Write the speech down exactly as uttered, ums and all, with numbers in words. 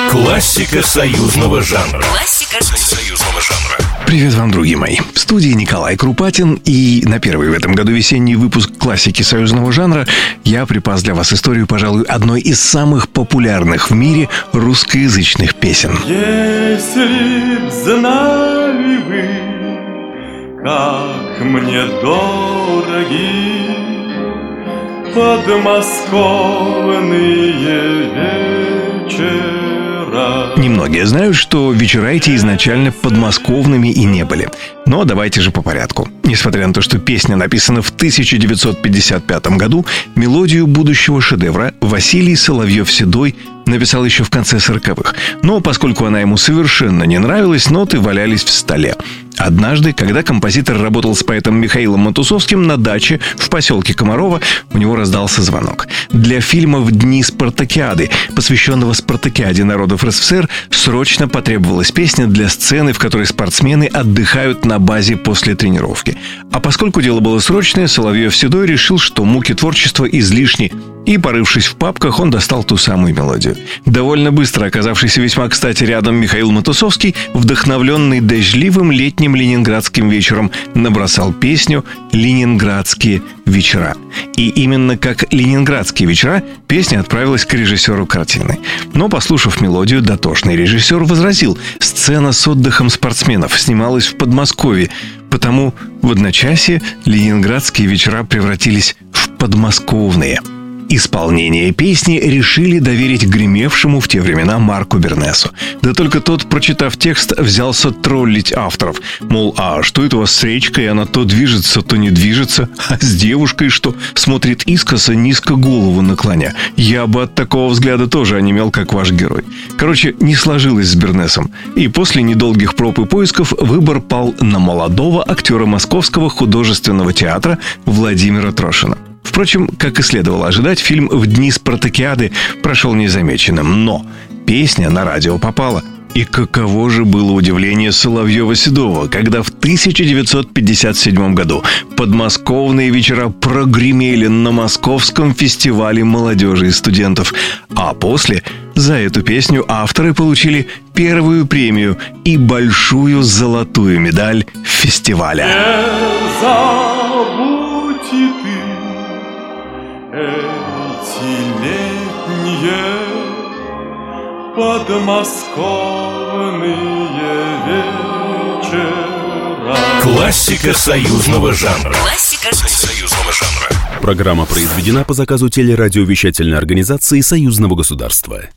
Классика союзного жанра. Классика союзного жанра. Привет вам, друзья мои. В студии Николай Крупатин, и на первый в этом году весенний выпуск классики союзного жанра я припас для вас историю, пожалуй, одной из самых популярных в мире русскоязычных песен. Если б знали вы, как мне дороги подмосковные вечера. Немногие знают, что вечера эти изначально подмосковными и не были. Но давайте же по порядку. Несмотря на то, что песня написана в тысяча девятьсот пятьдесят пятом году, мелодию будущего шедевра Василий Соловьев-Седой написал еще в конце сороковых. Но поскольку она ему совершенно не нравилась, ноты валялись в столе. Однажды, когда композитор работал с поэтом Михаилом Матусовским на даче в поселке Комарово, у него раздался звонок. Для фильма «В дни Спартакиады», посвященного Спартакиаде народов РСФСР, срочно потребовалась песня для сцены, в которой спортсмены отдыхают на базе после тренировки. А поскольку дело было срочное, Соловьев-Седой решил, что муки творчества излишни, и, порывшись в папках, он достал ту самую мелодию. Довольно быстро оказавшийся весьма кстати рядом Михаил Матусовский, вдохновленный дождливым летним ленинградским вечером, набросал песню «Ленинградские вечера». И именно как «Ленинградские вечера» песня отправилась к режиссеру картины. Но, послушав мелодию, дотошный режиссер возразил: сцена с отдыхом спортсменов снималась в Подмосковье, потому в одночасье ленинградские вечера превратились в подмосковные. Исполнение песни решили доверить гремевшему в те времена Марку Бернесу. Да только тот, прочитав текст, взялся троллить авторов. Мол, а что это у вас с речкой? Она то движется, то не движется. А с девушкой что? Смотрит искоса, низко голову наклоня. Я бы от такого взгляда тоже онемел, как ваш герой. Короче, не сложилось с Бернесом. И после недолгих проб и поисков выбор пал на молодого актера Московского художественного театра Владимира Трошина. Впрочем, как и следовало ожидать, фильм «В дни Спартакиады» прошел незамеченным. Но песня на радио попала. И каково же было удивление Соловьева-Седова, когда в тысяча девятьсот пятьдесят седьмом году подмосковные вечера прогремели на Московском фестивале молодежи и студентов. А после за эту песню авторы получили первую премию и большую золотую медаль фестиваля. Не забудь и ты эти летние подмосковные вечера. Классика союзного жанра. Классика союзного жанра. Программа произведена по заказу телерадиовещательной организации Союзного государства.